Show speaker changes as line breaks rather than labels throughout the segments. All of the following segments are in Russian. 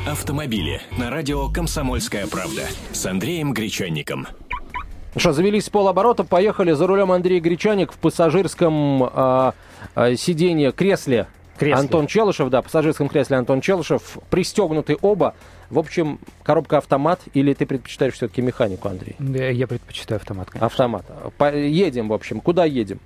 Автомобили на радио «Комсомольская правда» с Андреем Гречанником.
Что, завелись с полоборота, поехали за рулем Андрей Гречанник в пассажирском кресле. Антон Челышев, в пассажирском кресле Антон Челышев, пристегнуты оба. В общем, коробка автомат, или ты предпочитаешь все-таки механику, Андрей?
Я предпочитаю автомат, конечно.
Автомат. Едем, в общем. Куда едем?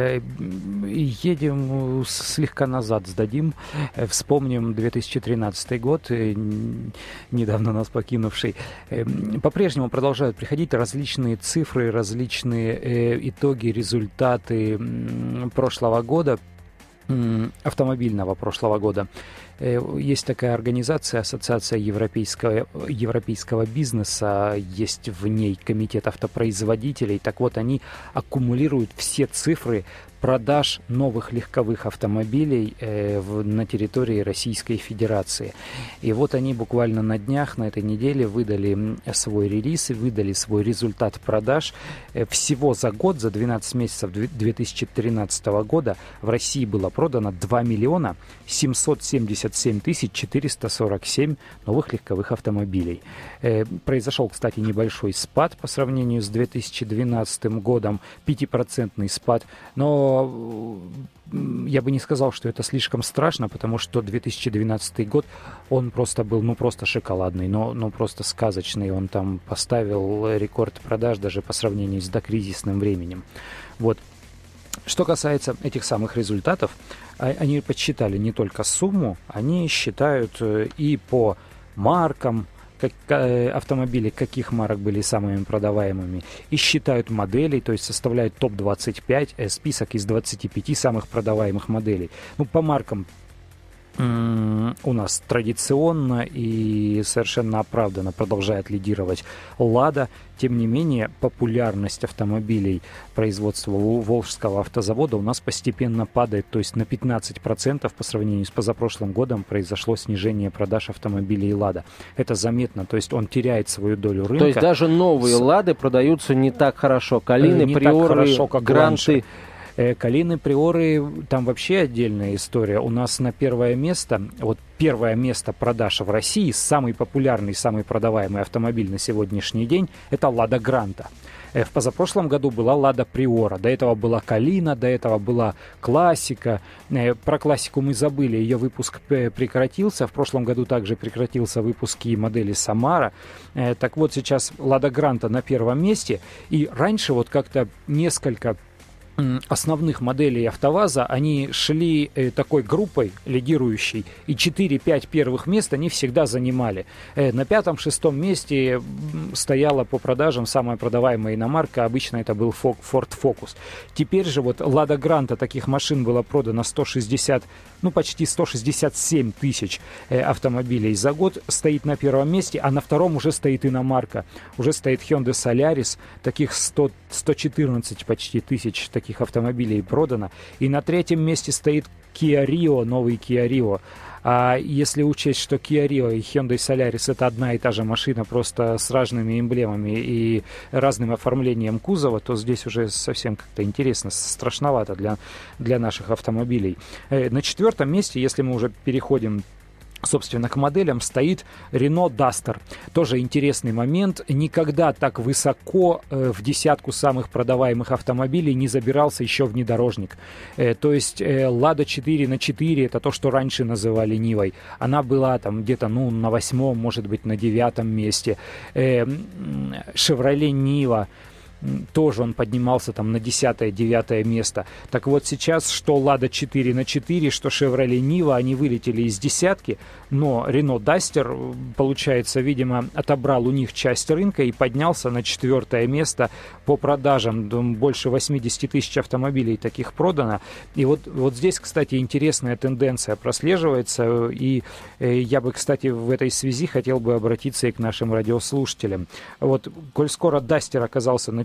Едем слегка назад, сдадим. Вспомним 2013 год, недавно нас покинувший. По-прежнему продолжают приходить различные цифры, различные итоги, результаты прошлого года. Автомобильного прошлого года. Есть такая организация, Ассоциация европейского бизнеса, есть в ней комитет автопроизводителей. Так вот, они аккумулируют все цифры продаж новых легковых автомобилей на территории Российской Федерации. И вот они буквально на днях, на этой неделе выдали свой релиз и выдали свой результат продаж. Всего за год, за 12 месяцев 2013 года в России было продано 2 миллиона 777 тысяч 447 новых легковых автомобилей. Произошел, кстати, небольшой спад по сравнению с 2012 годом, 5% спад, но я бы не сказал, что это слишком страшно, потому что 2012 год, он просто был, просто шоколадный, но просто сказочный. Он там поставил рекорд продаж даже по сравнению с докризисным временем. Вот. Что касается этих самых результатов, они подсчитали не только сумму, они считают и по маркам, автомобили, каких марок были самыми продаваемыми, и считают моделей, то есть составляют топ-25, список из 25 самых продаваемых моделей. По маркам у нас традиционно и совершенно оправданно продолжает лидировать «Лада». Тем не менее, популярность автомобилей производства Волжского автозавода у нас постепенно падает. То есть на 15% по сравнению с позапрошлым годом произошло снижение продаж автомобилей «Лада». Это заметно, то есть он теряет свою долю рынка.
То есть даже новые «Лады» продаются не так хорошо. Калины, Приоры, Гранты.
Калины, Приоры, там вообще отдельная история. У нас на первое место продаж в России, самый популярный, самый продаваемый автомобиль на сегодняшний день, это «Лада Гранта». В позапрошлом году была «Лада Приора», до этого была «Калина», до этого была «Классика». Про «Классику» мы забыли, ее выпуск прекратился. В прошлом году также прекратился выпуск и модели «Самара». Так вот, сейчас «Лада Гранта» на первом месте. И раньше вот как-то несколько основных моделей АвтоВАЗа, они шли такой группой лидирующей, и 4-5 первых мест они всегда занимали. На 5-6 месте стояла по продажам самая продаваемая иномарка, обычно это был Ford Focus. Теперь же вот Лада Гранта, таких машин было продано 160, почти 167 тысяч автомобилей за год, стоит на первом месте, а на втором уже стоит иномарка, уже стоит Hyundai Solaris, таких 114 почти тысяч таких автомобилей продано. И на третьем месте стоит Kia Rio, новый Kia Rio. А если учесть, что Kia Rio и Hyundai Solaris это одна и та же машина, просто с разными эмблемами и разным оформлением кузова, то здесь уже совсем как-то интересно, страшновато для наших автомобилей. На 4-м месте, если мы уже переходим собственно, к моделям, стоит Renault Duster. Тоже интересный момент. Никогда так высоко в десятку самых продаваемых автомобилей не забирался еще внедорожник. То есть Lada 4/4, это то, что раньше называли Нивой. Она была там где-то на 8-м, может быть, на 9-м месте. Chevrolet Niva. Тоже он поднимался там на 10-9 место. Так вот сейчас, что Lada 4/4, что Chevrolet Niva, они вылетели из десятки, но Renault Duster, получается, видимо, отобрал у них часть рынка и поднялся на 4 место по продажам. Больше 80 тысяч автомобилей таких продано. И вот здесь, кстати, интересная тенденция прослеживается. И я бы, кстати, в этой связи хотел бы обратиться и к нашим радиослушателям. Вот, коль скоро Duster оказался на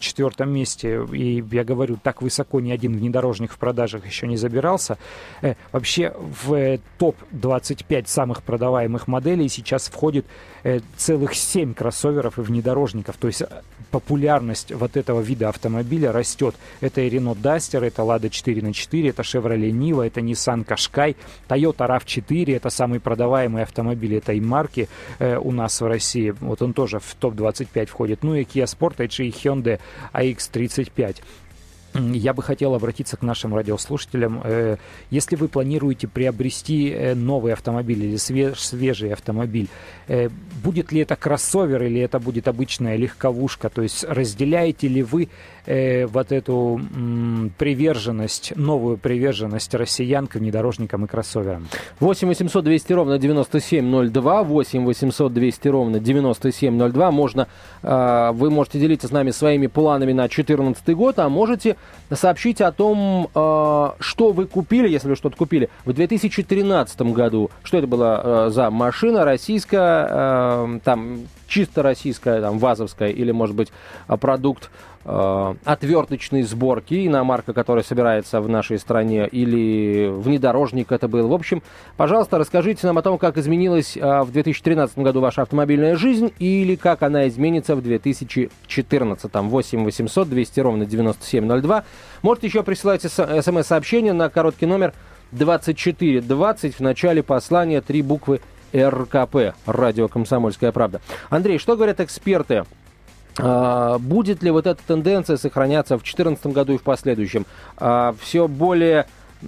4-м месте, и я говорю, так высоко ни один внедорожник в продажах еще не забирался. Вообще в топ-25 самых продаваемых моделей сейчас входит целых 7 кроссоверов и внедорожников. То есть популярность вот этого вида автомобиля растет. Это и Renault Duster, это Lada 4×4, это Chevrolet Niva, это Nissan Qashqai, Toyota RAV4, это самый продаваемый автомобиль этой марки у нас в России. Вот он тоже в топ-25 входит. Ну и Kia Sportage и Hyundai iX35. Я бы хотел обратиться к нашим радиослушателям. Если вы планируете приобрести новый автомобиль или свежий автомобиль, будет ли это кроссовер или это будет обычная легковушка? То есть разделяете ли вы вот эту приверженность, новую приверженность россиян к внедорожникам и кроссоверам?
8 800 200 ровно 9702, 8 800 200 ровно 9702. Вы можете делиться с нами своими планами на 2014 год, а можете сообщить о том, что вы купили, если вы что-то купили, в 2013 году. Что это была за машина российская, там чисто российская, там ВАЗовская, или, может быть, продукт отверточной сборки, иномарка, которая собирается в нашей стране, или внедорожник это был. В общем, пожалуйста, расскажите нам о том, как изменилась в 2013 году ваша автомобильная жизнь, или как она изменится в 2014. 8 800 200 ровно 9702. Можете еще присылать смс-сообщение на короткий номер 2420. В начале послания 3 буквы РКП. Радио «Комсомольская правда». Андрей, что говорят эксперты? Будет ли вот эта тенденция сохраняться в 2014 году и в последующем? Все более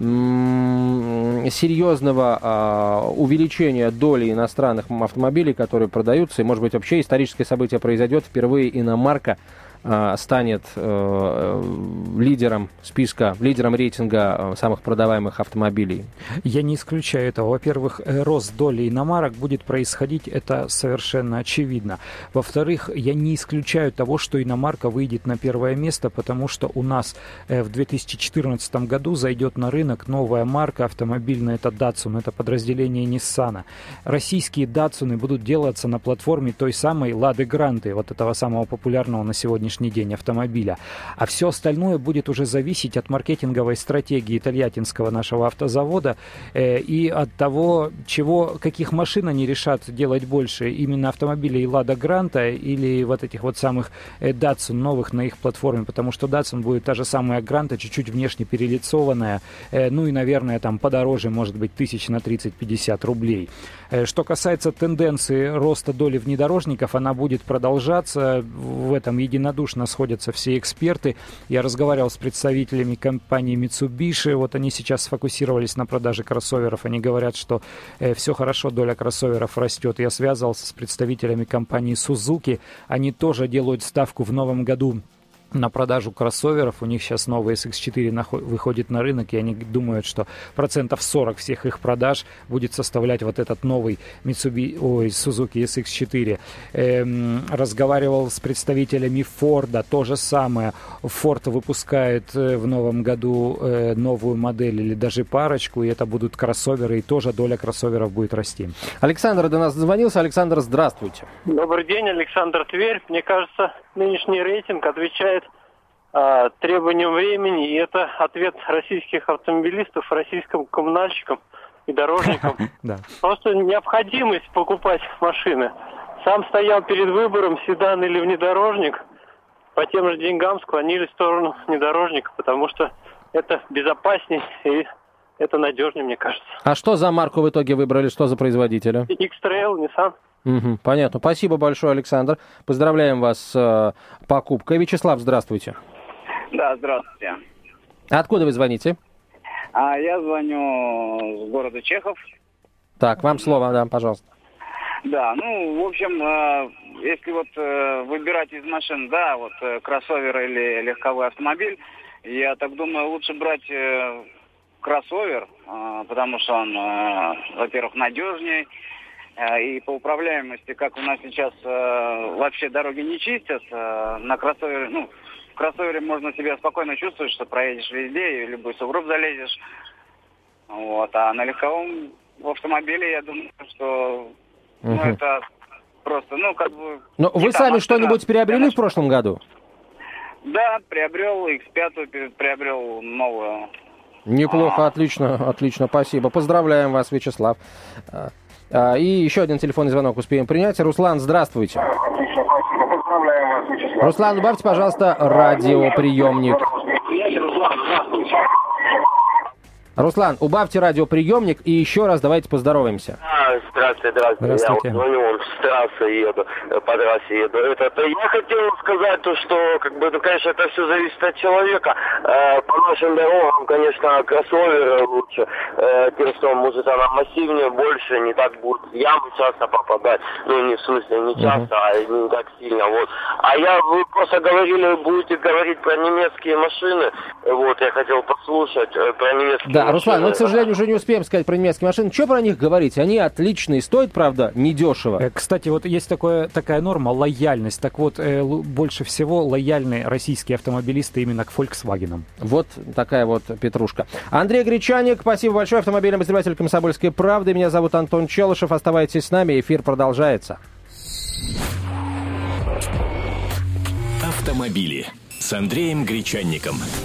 серьезного увеличения доли иностранных автомобилей, которые продаются, и, может быть, вообще историческое событие произойдет, впервые иномарка станет лидером списка, лидером рейтинга самых продаваемых автомобилей?
Я не исключаю этого. Во-первых, рост доли иномарок будет происходить, это совершенно очевидно. Во-вторых, я не исключаю того, что иномарка выйдет на первое место, потому что у нас в 2014 году зайдет на рынок новая марка автомобильная, это Datsun, это подразделение Nissan. Российские Datsun будут делаться на платформе той самой Lada Granta, вот этого самого популярного на сегодняшний день автомобиля. А все остальное будет уже зависеть от маркетинговой стратегии тольяттинского нашего автозавода и от того, каких машин они решат делать больше. Именно автомобилей Lada Granta или вот этих вот самых Datsun новых на их платформе, потому что Datsun будет та же самая Granta, чуть-чуть внешне перелицованная, ну и, наверное, там подороже, может быть, 1000 на 30-50 рублей. Что касается тенденции роста доли внедорожников, она будет продолжаться. В этом единодушно сходятся все эксперты. Я разговаривал с представителями компании Mitsubishi. Вот они сейчас сфокусировались на продаже кроссоверов. Они говорят, что все хорошо, доля кроссоверов растет. Я связывался с представителями компании Suzuki. Они тоже делают ставку в новом году на продажу кроссоверов. У них сейчас новый SX4 выходит на рынок, и они думают, что 40% всех их продаж будет составлять вот этот новый Suzuki SX4. Разговаривал с представителями Ford, то же самое. Ford выпускает в новом году новую модель или даже парочку, и это будут кроссоверы, и тоже доля кроссоверов будет расти.
Александр до нас дозвонился. Александр, здравствуйте.
Добрый день, Александр, Тверь. Мне кажется, нынешний рейтинг отвечает требованиям времени, и это ответ российских автомобилистов, российским коммунальщикам и дорожникам. Просто необходимость покупать машины. Сам стоял перед выбором, седан или внедорожник. По тем же деньгам склонились в сторону внедорожника, потому что это безопаснее и это надежнее, мне кажется.
А что за марку в итоге выбрали, что за производителя?
X-Trail, Nissan.
Угу, понятно. Спасибо большое, Александр. Поздравляем вас с покупкой. Вячеслав, здравствуйте.
Да, здравствуйте.
Откуда вы звоните?
Я звоню с города Чехов.
Так, вам слово, да, пожалуйста.
Да, в общем, если вот выбирать из машин, да, вот кроссовер или легковой автомобиль, я так думаю, лучше брать кроссовер, потому что он, во-первых, надежнее, и по управляемости, как у нас сейчас вообще дороги не чистят, на кроссовере, в кроссовере можно себя спокойно чувствовать, что проедешь везде и любой сугроб залезешь. Вот. А на легковом автомобиле, я думаю, что это просто,
Но вы сами что-нибудь приобрели в прошлом году?
Да, приобрел X5, приобрел новую.
Неплохо, отлично, спасибо. Поздравляем вас, Вячеслав. И еще один телефонный звонок успеем принять. Руслан, здравствуйте.
Отлично, спасибо. Поздравляем вас, Вячеслав.
Руслан, убавьте, пожалуйста, радиоприемник. Руслан, убавьте радиоприемник и еще раз давайте поздороваемся.
Здравствуйте. Я вот звоню, с трассы еду, по трассе еду. Я хотел сказать то, что, конечно, это все зависит от человека. По нашим дорогам, конечно, кроссоверы лучше. Тем, что, может, она массивнее, больше, не так будет в ямы часто попадать. Ну, не в смысле, не часто, а не так сильно. Вот. Вы просто будете говорить про немецкие машины. Вот, я хотел послушать про немецкие машины.
Руслан, мы, к сожалению, уже не успеем сказать про немецкие машины. Что про них говорить? Они отличные, стоят, правда, недешево.
Кстати, вот есть такая норма — лояльность. Так вот, больше всего лояльны российские автомобилисты именно к Volkswagen.
Вот такая вот петрушка. Андрей Гречаник, спасибо большое. Автомобильный обозреватель «Комсомольской правды». Меня зовут Антон Челышев. Оставайтесь с нами, эфир продолжается.
Автомобили с Андреем Гречанником.